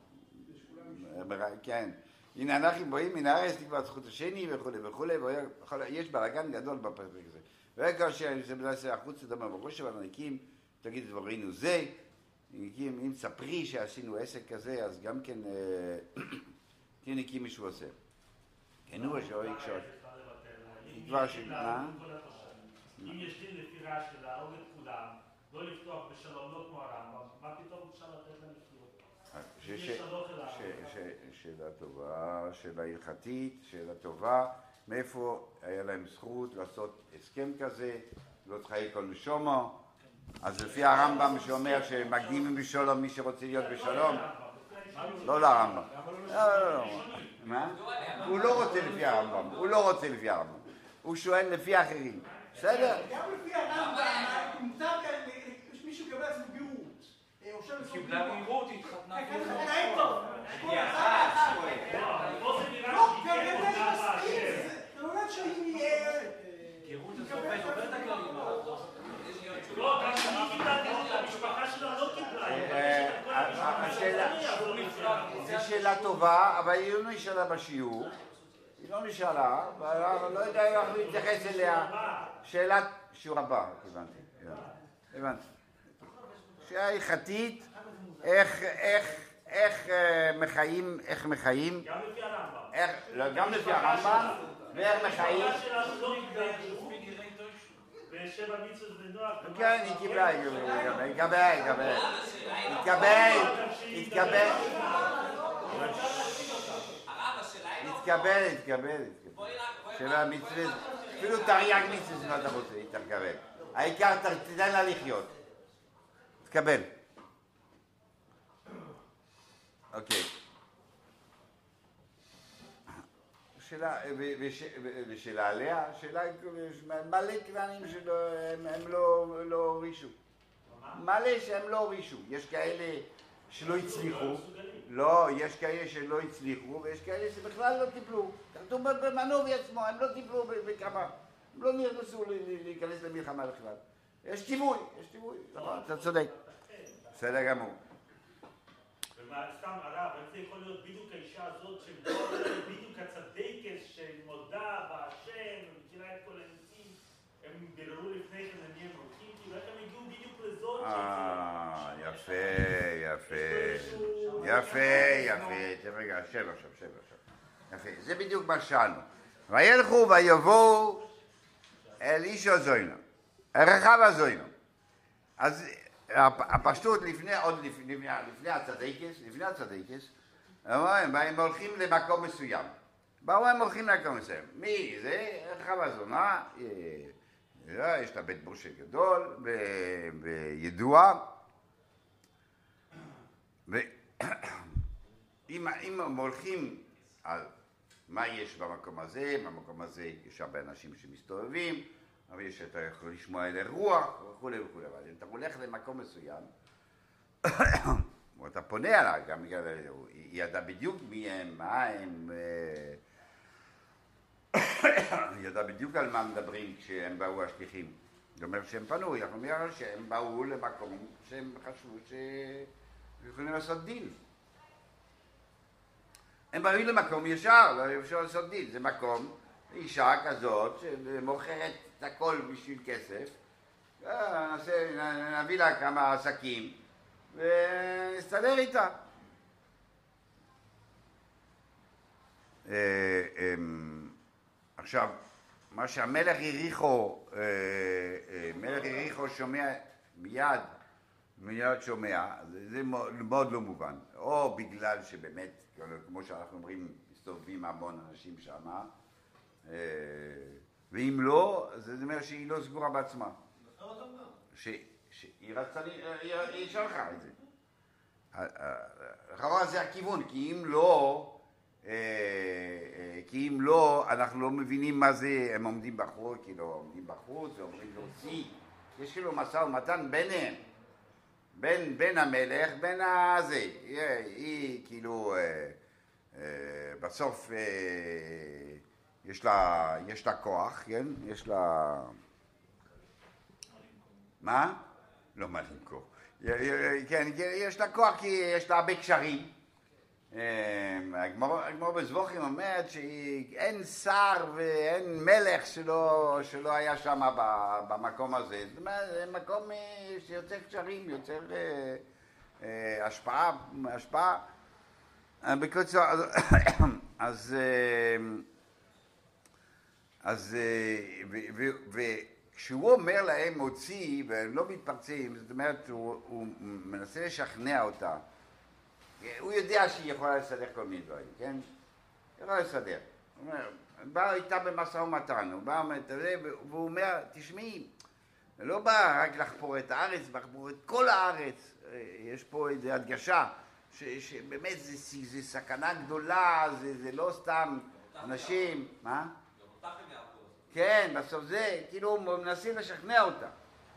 כן. הנה אנחנו באים מן הארץ לקבוע את זכות השני וכו' וכו', יש בלגן גדול בפרק הזה. וכאשר זה מנסה החוץ לדבר בראש שלנו, נקים, תגיד דברינו זה, נקים, אם תספרי שעשינו עסק כזה, אז גם כן תהיה נקים מישהו עושה. כן, הוא ראשו, יקשות. כבר שמה? אם יש דין לפי רש"י להרוג את כולם, לא לפתוח בשלום, לא כמו הרמב"ם, מה פתאום אפשר לתת להם לחיות? שאלה טובה, שאלה הלכתית, שאלה טובה, מאיפה היה להם זכות לעשות הסכם כזה, לא תחיי כל נשומו, אז לפי הרמב"ם שאומר שמקדימים בשלום מי שרוצה להיות בשלום, לא לרמב"ם. לא. מה? הוא לא רוצה לפי הרמב"ם, הוא שואל לפי האחרים. בסדר? גם לפי הרמב"ם, מותר כאן, מישהו קיבל עצמו גרות. קיבלה גרות, התחתנה. אין טוב. היא אחת, פה זה נראה לא, שהיא כן עונה באשר. זה אומרת שהיא... גרות עוברת הכללים. לא, גם שהיא קיבלה גרות, המשפחה שלה לא קיבלה. זו שאלה טובה, אבל היא לא נשאלה בשיעור. היא לא נשאלה, אבל לא יודע איך להתייחס אליה. שאלת שיעור הבא, הבנתי. שאלה הלכתית, איך מחיים, גם לפי הרמב"ם. גם לפי הרמב"ם, ואיך מחיים. המשפחה שלנו לא קיבלה גרות. בשבע מצוות ונוער. כן, היא קיבלה, התקבל. שאלה מצוות, אפילו תרי"ג מצוות אם אתה רוצה, היא תקבל. העיקר תתן לה לחיות. תקבל. אוקיי. ושאלה עליה, שאלה מלא כלנים שהם לא רישו. מלא שהם לא רישו. יש כאלה שלא הצליחו. לא, יש כאלה שלא הצליחו, ויש כאלה שבכלל לא טיפלו. כתוב במנובי עצמו, הם לא טיפלו בכמה. הם לא נכנסו להיכנס למלחמה בכלל. יש טיווי. אתה צודק. בסדר גמור. סתם הרב, איך זה יכול להיות בדיוק האישה הזאת שבאה בדיוק הצדקת שמודה בהשם, מכירה את כל הניסים, הם ביררו לפני כן למי הם הולכים, כאילו איך הם הגיעו בדיוק לזאת יפה. רגע, שב עכשיו. יפה, זה בדיוק מה שאלנו. וילכו ויבואו אל איש הזוינו, רחב הזוינו. אז הפשטות לפני הצדיקס, הם הולכים למקום מסוים. הם הולכים למקום מסוים. מי זה? רחב הזונה, יש לה בית בושת גדול וידוע. ואם הם הולכים על מה יש במקום הזה יש הרבה אנשים שמסתובבים, אבל אתה יכול לשמוע אלה רוח וכו'. אבל אם אתה הולך למקום מסוים, או אתה פונה עליו, גם היא ידעה בדיוק מי הם, מה הם, היא ידעה בדיוק על מה מדברים כשהם באו השליחים. זאת אומרת שהם פנו, אנחנו אומרים שהם באו למקום שהם חשבו שיכולים לעשות דין. הם באו למקום ישר, לא אפשר לעשות דין. זה מקום, אישה כזאת שמוכרת את הכל בשביל כסף, נביא לה כמה עסקים ונסתדר איתה. עכשיו, מה שהמלך יריחו, שומע מיד שומע, זה מאוד לא מובן. או בגלל שבאמת, כמו שאנחנו אומרים, מסתובבים המון אנשים שם, ואם לא, זה אומר שהיא לא סגורה בעצמה. שהיא רצתה, היא שלחה את זה. לכאורה זה הכיוון, כי אם לא, אנחנו לא מבינים מה זה, הם עומדים בחוץ, ואומרים להוציא. יש כאילו משא ומתן ביניהם, בין המלך, בין הזה. היא כאילו, בסוף יש לה כוח, כן? יש לה... מה? לא מה למכור. כן, יש לה כוח כי יש לה הרבה קשרים. הגמרא בזבוחים אומרת שאין שר ואין מלך שלא היה שם במקום הזה. זאת אומרת, זה מקום שיוצר קשרים, יוצר השפעה. בקיצור, וכשהוא אומר להם מוציא והם לא מתפרצים, זאת אומרת, הוא מנסה לשכנע אותה. הוא יודע שהיא יכולה לסדר כל מיני דברים, כן? היא יכולה לסדר. הוא אומר, בא איתה במשא ומתן, והוא אומר, תשמעי, לא בא רק לחפור את הארץ, לחפור את כל הארץ. יש פה איזו הדגשה, שבאמת זה סכנה גדולה, זה לא סתם אנשים, מה? כן, בסוף זה, כאילו הוא מנסה לשכנע אותה.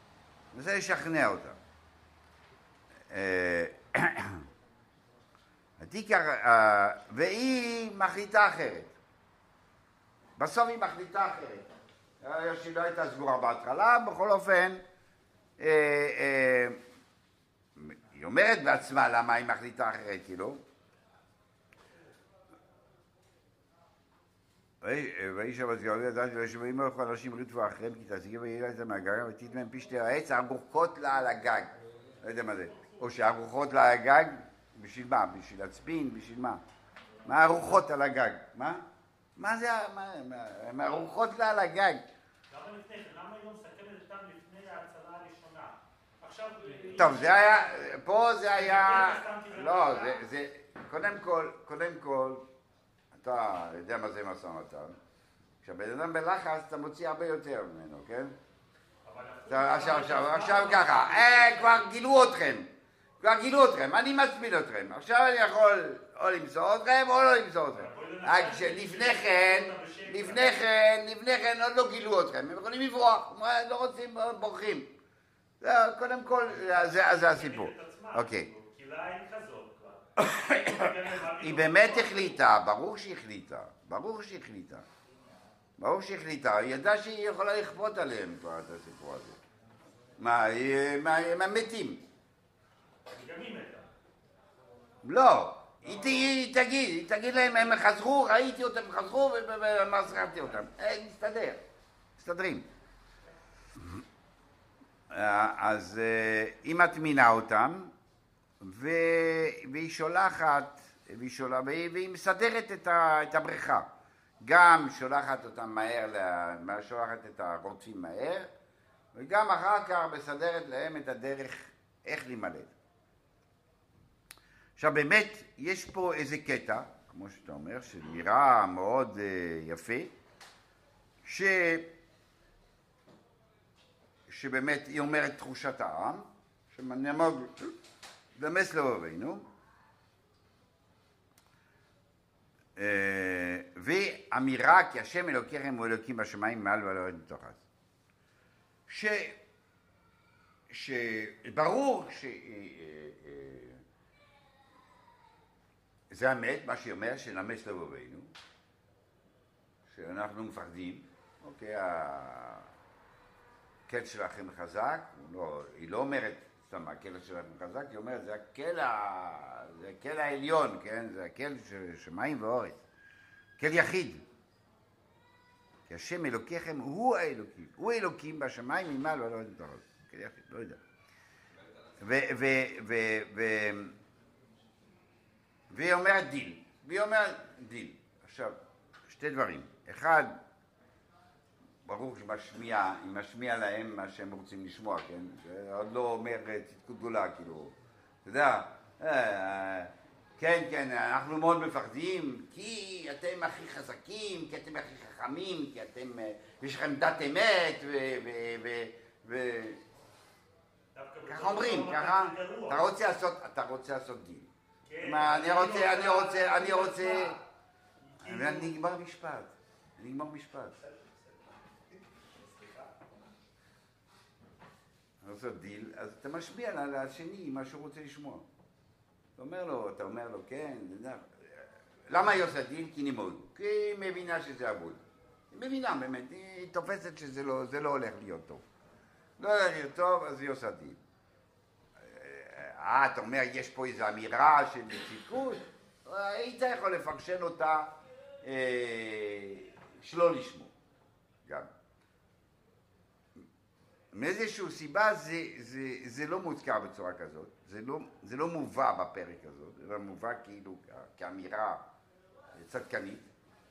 והיא מחליטה אחרת. בסוף היא מחליטה אחרת. שהיא לא הייתה סגורה בהתחלה, בכל אופן, היא אומרת בעצמה למה היא מחליטה אחרת, כאילו. ואיש אבל זגרלי לדעת ולשמעים הולכו אנשים ריטבו אחריהם כי תזגיר ויהיה לה את המאגר ותית מהם פי שתי העץ ארוכות לה על הגג. לא יודע מה זה. או שארוכות לה על הגג, בשביל מה? בשביל הצפין? בשביל מה? מה ארוחות על הגג? מה? מה זה? מה ארוחות לה על הגג? למה לפני כן? למה היא לא מסכמת אותם לפני ההצלה הראשונה? עכשיו... טוב, זה היה... פה זה היה... לא, זה... קודם כל, אתה יודע מה זה משא ומתן. כשהבן אדם בלחץ, אתה מוציא הרבה יותר ממנו, כן? עכשיו ככה, כבר גילו אתכם, אני מצמיד אתכם. עכשיו אני יכול או למסור אתכם או לא למסור אתכם. לפני כן עוד לא גילו אתכם, הם יכולים לברוח, לא רוצים, בורחים. קודם כל, זה הסיפור. אוקיי. היא באמת החליטה, ברור שהיא החליטה. היא ידעה שהיא יכולה לכפות עליהם כבר את הסיפור הזה. מה, הם מתים. גם היא מתה. לא, היא תגיד להם, הם חזרו, ראיתי אותם, חזרו ומסרתי אותם. מסתדרים. אז היא מטמינה אותם, והיא שולחת, והיא מסדרת את הבריכה. גם שולחת אותם מהר, שולחת את הרודפים מהר, וגם אחר כך מסדרת להם את הדרך איך להימלט. עכשיו באמת יש פה איזה קטע, כמו שאתה אומר, שנראה מאוד יפה, שבאמת היא אומרת תחושת העם, שנאמר דמס לבבינו, ואמירה כי השם אלוקיכם הוא אלוקים בשמיים מעל ולא יורד מתוך הארץ. שברור זה האמת, מה שהיא אומרת, שנמס לבבינו, שאנחנו מפחדים, אוקיי, הקל שלכם חזק, היא לא אומרת סתם הקל שלכם חזק, היא אומרת זה הקל העליון, כן? זה הקל של שמיים ואורץ, קל יחיד. כי השם אלוקיכם הוא האלוקים, הוא אלוקים בשמיים ממעל ולא יודעים את הרוב, קל יחיד, לא יודע. והיא אומרת דיל. עכשיו, שתי דברים. אחד, ברור שהיא משמיע להם מה שהם רוצים לשמוע, כן? זה עוד לא אומר צדקות גדולה, כאילו, אתה יודע, כן, אנחנו מאוד מפחדים, כי אתם הכי חזקים, כי אתם הכי חכמים, כי אתם, יש לכם דת אמת, ככה אומרים, ככה, אתה רוצה לעשות דיל. אני רוצה, נגמר משפט. לעשות דיל, אז אתה משמיע לשני מה שהוא רוצה לשמוע. אתה אומר לו, כן, למה היא עושה דיל? כי נימוד. כי היא מבינה שזה אבוד. היא מבינה באמת, היא תופסת שזה לא הולך להיות טוב. לא הולך להיות טוב, אז היא עושה דיל. אתה אומר, יש פה איזו אמירה של צדקות, היית יכול לפרשן אותה שלא לשמוע, גם. מאיזושהי סיבה זה לא מוזכר בצורה כזאת, זה לא מובא בפרק הזאת, זה מובא כאילו כאמירה צדקנית,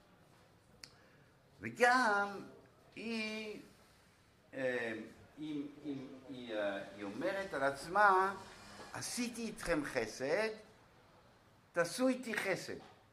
וגם היא אומרת על עצמה, עשיתי איתכם חסד, תעשו איתי חסד.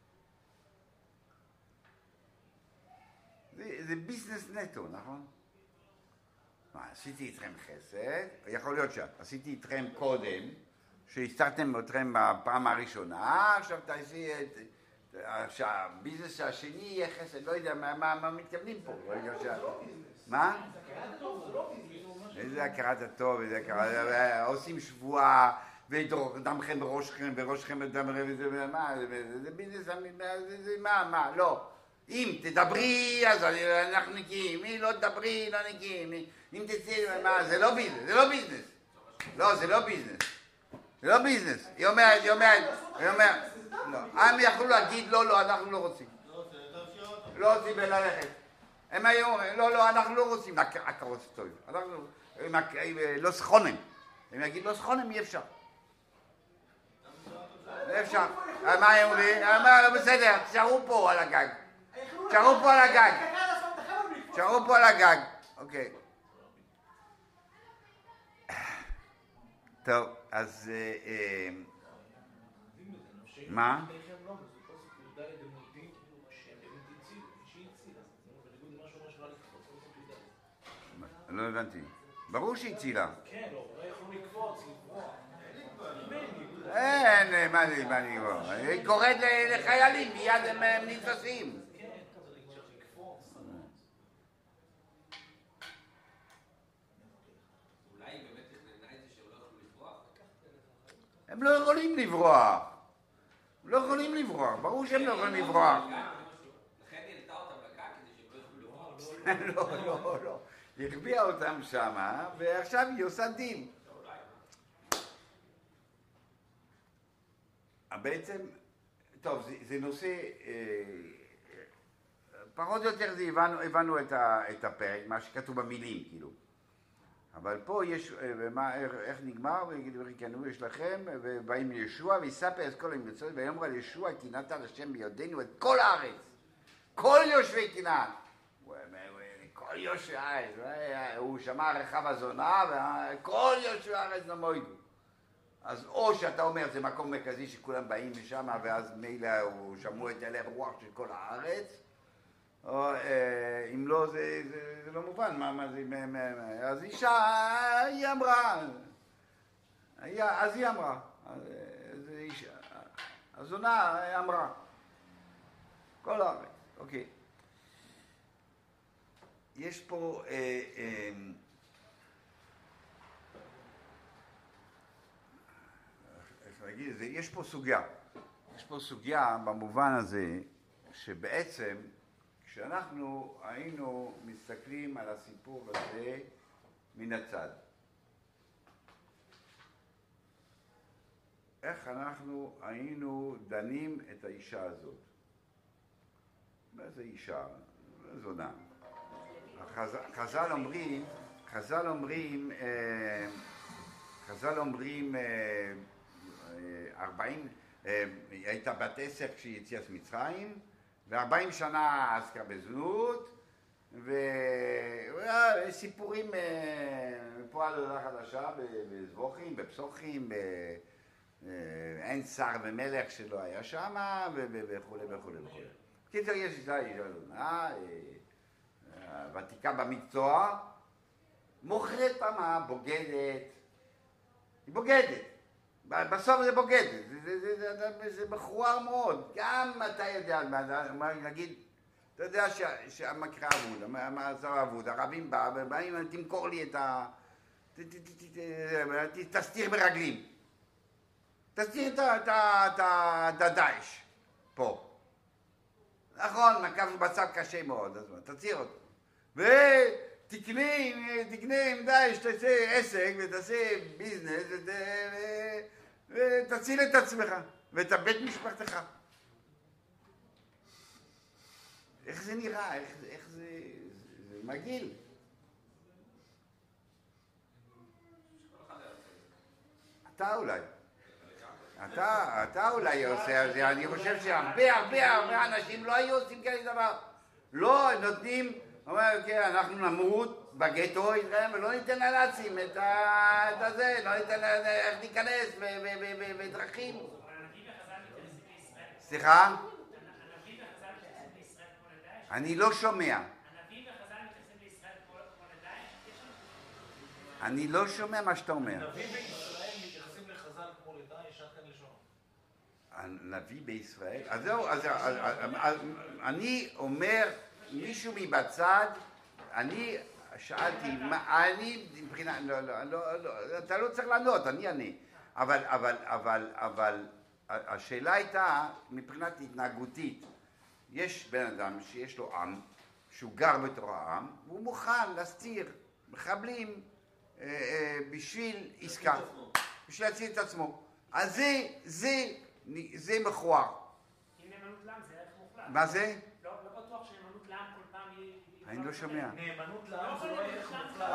זה ביזנס נטו, נכון? עשיתי איתכם חסד, יכול להיות שעשיתי איתכם קודם, שהסתרתם אתכם בפעם הראשונה, עכשיו תעשי שהביזנס השני יהיה חסד, לא יודע מה מתכוונים פה. מה? איזה הכרת הטוב, עושים שבועה, ודמכם בראשכם ודמכם, זה ביזנס, מה, לא. אם תדברי, אז אנחנו נקיים, אם לא תדברי, לא נקיים, אם תצאי, מה, זה לא ביזנס. לא, זה לא ביזנס. היא אומרת, לא. הם יכלו להגיד, לא, אנחנו לא רוצים. לא רוצים ללכת. הם היו אומרים, לא, אנחנו לא רוצים, הקרוס טוב. אנחנו, לא סכונם. הם יגיד, לא סכונם, אי אפשר. אי אפשר. מה הם אומרים? בסדר, תשארו פה על הגג. תשארו פה על הגג. אוקיי. טוב, אז מה? לא הבנתי. ברור שהיא הצילה. כן, לא יכולו לקפוץ, לברוח. אין, מה לגבור? היא קוראת לחיילים, מיד הם נתפסים. הם לא יכולים לברוח. ברור שהם לא יכולים לברוח. לכן היא העלתה אותם לקה כדי שהם לא יכולים לברוח. לא. היא החביאה אותם שמה, ועכשיו היא עושה דין. בעצם, טוב, זה נושא, פחות או יותר הבנו את הפרק, מה שכתוב במילים, כאילו. אבל פה יש, איך נגמר, ויקנו יש לכם, ובאים לישוע, ויספר את כל המצוות, ויאמר לישוע, כי נתן השם בידינו את כל הארץ, כל יושבי כנען. כל יושבי הארץ, הוא שמע רחב הזונה, וכל יושבי הארץ נמוידו. אז או שאתה אומר, זה מקום מרכזי שכולם באים משם, ואז מילא הוא שמעו את הלך רוח של כל הארץ, או אם לא, זה לא מובן, מה זה, אז אישה, היא אמרה, אז היא אמרה, הזונה אמרה, כל הארץ, אוקיי. יש פה, יש פה סוגיה במובן הזה, שבעצם כשאנחנו היינו מסתכלים על הסיפור הזה מן הצד, איך אנחנו היינו דנים את האישה הזאת? מה זה אישה? זונה. חז"ל אומרים 40, היא הייתה בת 10 כשהיא יציאה ממצרים, ו40 שנה עסקה בזנות, וסיפורים פה על עולה חדשה, בזבוכים, בפסוחים, אין שר ומלך שלא היה שם, וכו' וכו' וכו'. קיצר, יש אישה זונה, ותיקה במקצוע, מוכרת פעמה, בוגדת, היא בוגדת, בסוף זה בוגדת, זה מכוער מאוד, גם אתה יודע, נגיד, אתה יודע שהמקרה אבוד, המאסר אבוד, הרבים באים, תמכור לי את ה... תסתיר ברגלים, תסתיר את הדאעש, פה. נכון, נקב בצד קשה מאוד, אז תסתיר אותו. ותקנה עם דאעש, תעשה עסק ותעשה ביזנס ותציל את עצמך ואת בית משפחתך. איך זה נראה? איך זה מגעיל. אתה אולי. אתה אולי עושה את זה. אני חושב שהרבה אנשים לא היו עושים כאלה דבר. לא, נותנים, אומר, כן, אנחנו נמות בגטו ולא ניתן לנאצים את זה, לא ניתן איך להיכנס בדרכים. סליחה? הנביא וחז"ל מתייחסים לישראל כמו לדאעש? אני לא שומע. הנביא וחז"ל מתייחסים לישראל כמו לדאעש? אני לא שומע מה שאתה אומר. הנביא בישראל מתייחסים לחז"ל כמו לדאעש, עד כאן לשון. הנביא בישראל? אז זהו, אז אני אומר, מישהו מבצד, אני שאלתי, אני מבחינה, לא, אתה לא צריך לענות, אני אענה. אבל השאלה הייתה, מבחינת התנהגותית, יש בן אדם שיש לו עם, שהוא גר בתוך העם, והוא מוכן להסתיר מחבלים בשביל עסקה, בשביל להציל את עצמו. אז זה מכוער. אם נאמנות לעם זה ערך מוחלט. מה זה? לא בטוח שנאמנות לעם כל פעם היא... אני לא שומע. נאמנות לעם זה לא ערך מוחלט.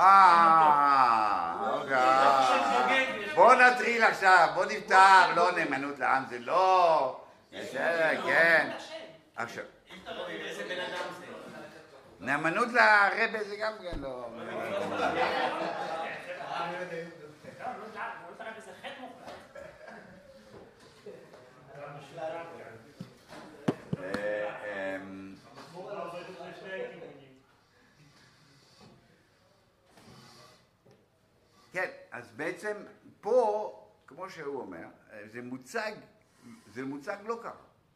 אוקיי. בוא נתחיל עכשיו, בוא נפתח, לא נאמנות לעם זה לא... בסדר, כן. עכשיו. איזה בן אדם זה? נאמנות לרבא זה גם כן לא... נאמנות לעם זה חטא מוחלט. כן, אז בעצם פה, כמו שהוא אומר, זה מוצג לא ככה.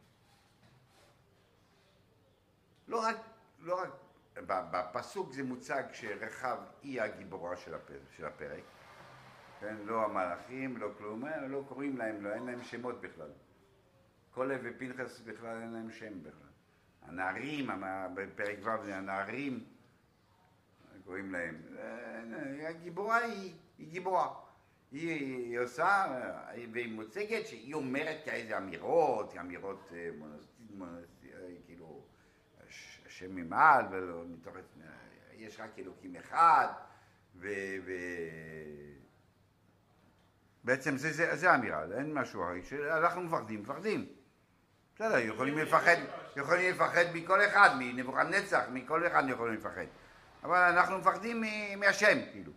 לא רק, בפסוק זה מוצג שרחב היא הגיבורה של הפרק, כן, לא המלאכים, לא כלום, לא קוראים להם, אין להם שמות בכלל. קולב ופנחס בכלל אין להם שם בכלל. הנערים, בפרק ו' זה הנערים, קוראים להם. הגיבורה היא גיבורה. היא עושה, והיא מוצגת שהיא אומרת כאיזה אמירות, כאילו, השם ממעל, יש רק אלוקים אחד, בעצם זה האמירה, אין משהו, אנחנו מפחדים. בסדר, יכולים לפחד מכל אחד, מנבוכדנצר, מכל אחד יכולים לפחד. אבל אנחנו מפחדים מהשם, כאילו.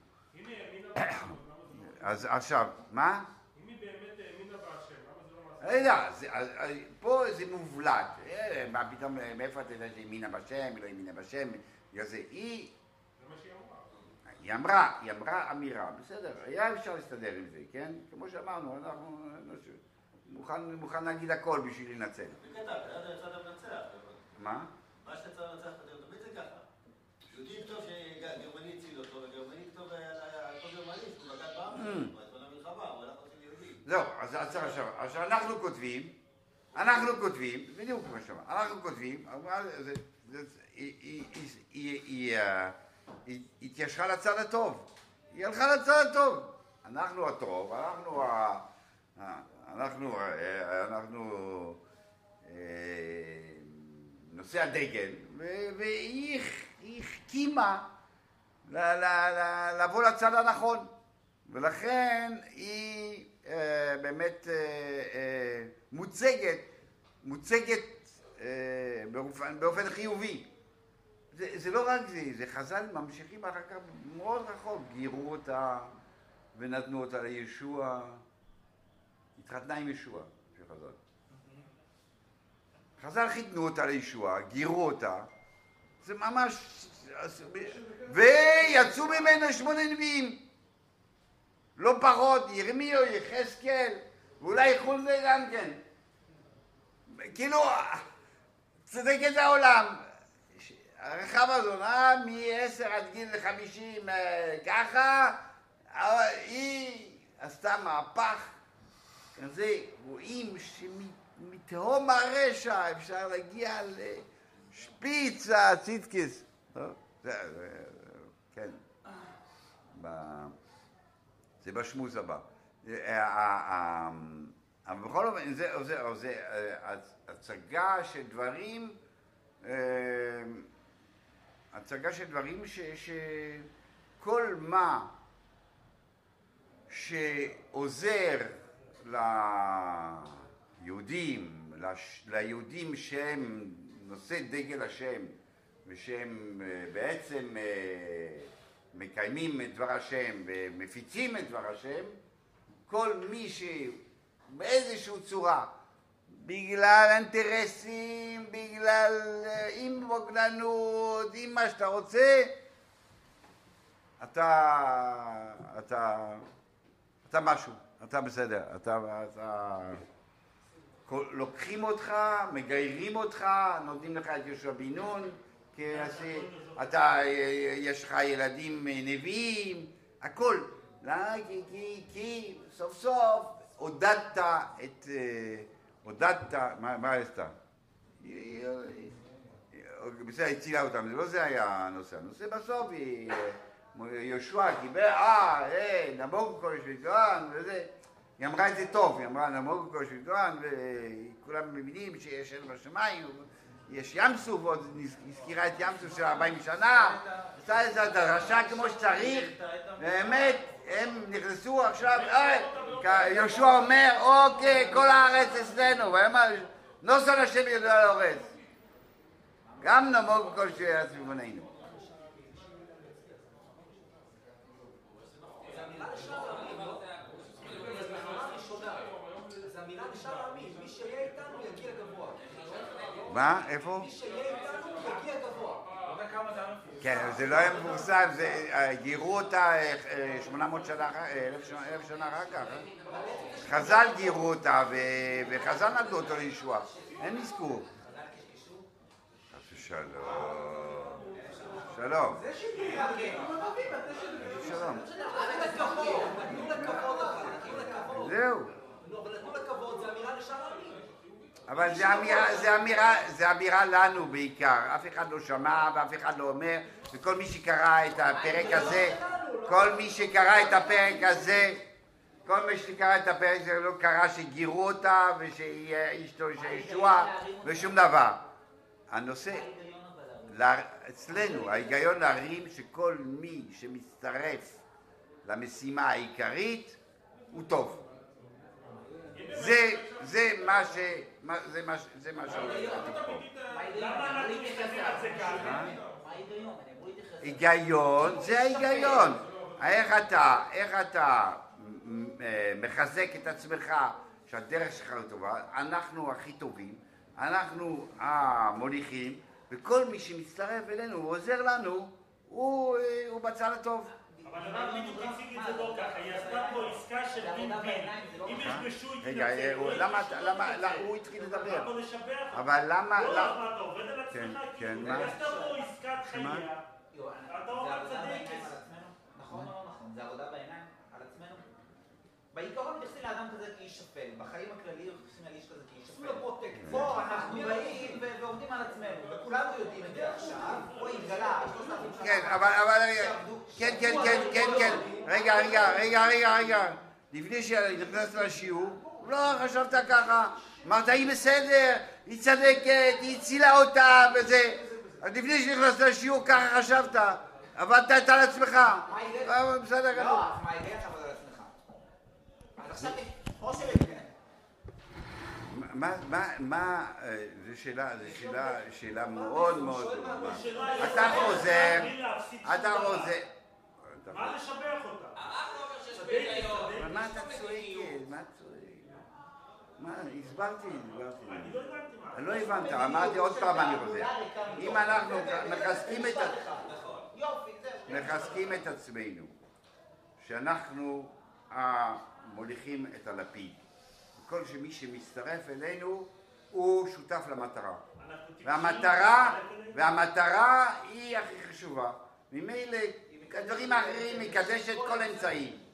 אז עכשיו, מה? אם היא באמת האמינה בהשם, למה זה לא מעשה? רגע, פה זה מובלט. מה פתאום, מאיפה אתה יודע שהיא האמינה בשם, היא לא האמינה בשם? היא... זה מה שהיא אמרה. היא אמרה אמירה, בסדר, היה אפשר להסתדר עם זה, כן? כמו שאמרנו, אנחנו מוכן להגיד הכל בשביל לנצל. וכתב, אתה יצאת מנצח. מה? מה שאתה יצא מנצח, אתה תמיד זה ככה. יהודי יכתוב שגרמני הציל אותו, וגרמני יכתוב על כל גרמני, שהוא בגד בעם, בזמן המלחמה, הוא הלך רוצים יהודי. זהו, אז אנחנו כותבים, בדיוק כמו שאמר, אנחנו כותבים, היא התיישרה לצד הטוב, היא הלכה לצד הטוב. אנחנו הטוב, אנחנו נושא הדגל, והיא החכימה לבוא לצד הנכון, ולכן היא באמת מוצגת באופן חיובי. זה לא רק זה חז"ל ממשיכים אחר כך מאוד רחוק, גירו אותה ונתנו אותה לישוע, התחתנה עם ישוע, חז"ל חיתנו אותה לישוע, גירו אותה, זה ממש, ויצאו ממנו 8 נביאים, לא פחות, ירמיהו, יחזקאל, ואולי חוץ זה גם כן. כאילו, צודק את העולם. הרחב הזאת, מ-10 עד גיל 50 ככה, היא עשתה מהפך כזה, רואים שמתהום הרשע אפשר להגיע לשפיץ הצידקס. כן, זה בשמוס הבא. אבל בכל אופן, זה הצגה של דברים, שכל מה שעוזר ליהודים שהם נושא דגל השם, ושהם בעצם מקיימים את דבר השם ומפיצים את דבר השם, כל מי שבאיזושהי צורה, בגלל אינטרסים, עם בוגדנות, עם מה שאתה רוצה, אתה משהו, אתה בסדר, לוקחים אותך, מגיירים אותך, נותנים לך את יהושע בן נון, יש לך ילדים נביאים, הכל. כי סוף סוף עודדת, מה עשתה? בסדר, הצילה אותם, זה היה הנושא. הנושא בסוף, יהושע קיבל, נמוג כל השביתואן, וזה. היא אמרה את זה טוב, היא אמרה נמוג כל השביתואן, וכולם מבינים שיש שם בשמיים, יש ים סוף, עוד הזכירה את ים סוף של 40 שנה, עשתה את זה הדרשה כמו שצריך, באמת, הם נכנסו עכשיו, יהושע אומר, אוקיי, כל הארץ אצלנו, ואמר, נוסן השם יודע לאורץ. גם נמוג כל שיהיה סביבוננו. זה אמירה לשאר העמים, מי שיהיה איתנו יגיע גבוה. מה? איפה? מי שיהיה איתנו יגיע גבוה. כן, זה לא היה מבורסם, גירו אותה 800 שנה, 1,000 שנה אחר כך. חז"ל גירו אותה, וחז"ל נתנו אותו לישוע. אין נזכור. שלום. זה שגירה, שלום. נתנו לכבוד. זהו. אבל נתנו לכבוד, זה אמירה לשאר העמים. אבל זה אמירה לנו בעיקר, אף אחד לא שמע ואף אחד לא אומר, וכל מי שקרא את הפרק הזה, כל מי שקרא את הפרק זה לא קרא שגירו אותה ושיהיה אשתו שישוע ושום דבר. הנושא, אצלנו ההיגיון להרים שכל מי שמצטרף למשימה העיקרית הוא טוב. זה מה ש... למה אנחנו מתייחסים על זה ככה? מה ההיגיון? אני אמור להתייחס... היגיון, זה ההיגיון. איך אתה מחזק את עצמך שהדרך שלך היא טובה, אנחנו הכי טובים, אנחנו המוליכים, וכל מי שמצטרף אלינו ועוזר לנו, הוא בצד הטוב. אבל הרב בדיוק הציג את זה לא ככה, היא עשתה פה עסקה של בין בין. אם יפגשו את רגע, למה הוא התחיל לדבר? בוא נשבח. אבל למה... לא, מה אתה עובד על עצמך? כן, היא עשתה פה עסקת חייה. אתה אומר צדיק. נכון או לא נכון? זה עבודה בעיניים על עצמנו? בעיקרון מתייחסים לאדם כזה כאיש שפל, בחיים הכלליים מתייחסים על איש כזה כאיש שפל. פה אנחנו באים ועובדים על עצמנו, וכולנו יודעים את זה עכשיו, פה התגלה, כן, אבל... כן, רגע. לפני שנכנסת לשיעור, לא חשבת ככה, אמרת היא בסדר, היא צדקת, היא הצילה אותה וזה. אז לפני שנכנסת לשיעור ככה חשבת, עבדת על עצמך. בסדר גמור. לא, מה ההיגיון שעבוד על עצמך? אז עכשיו, או שבגלל. זו שאלה מאוד מאוד טובה. אתה חוזר. מה לשבח אותה? הרב לא אומר שיש בהיגיון. מה אתה צועק? מה, הסברתי. אני לא הבנתי מה. לא הבנת, אמרתי עוד פעם אני חוזר. אם אנחנו מחזקים את עצמנו, שאנחנו מוליכים את הלפיד, כל שמי שמצטרף אלינו הוא שותף למטרה. והמטרה היא הכי חשובה. ממילא הדברים האחרים מקדש את כל האמצעים.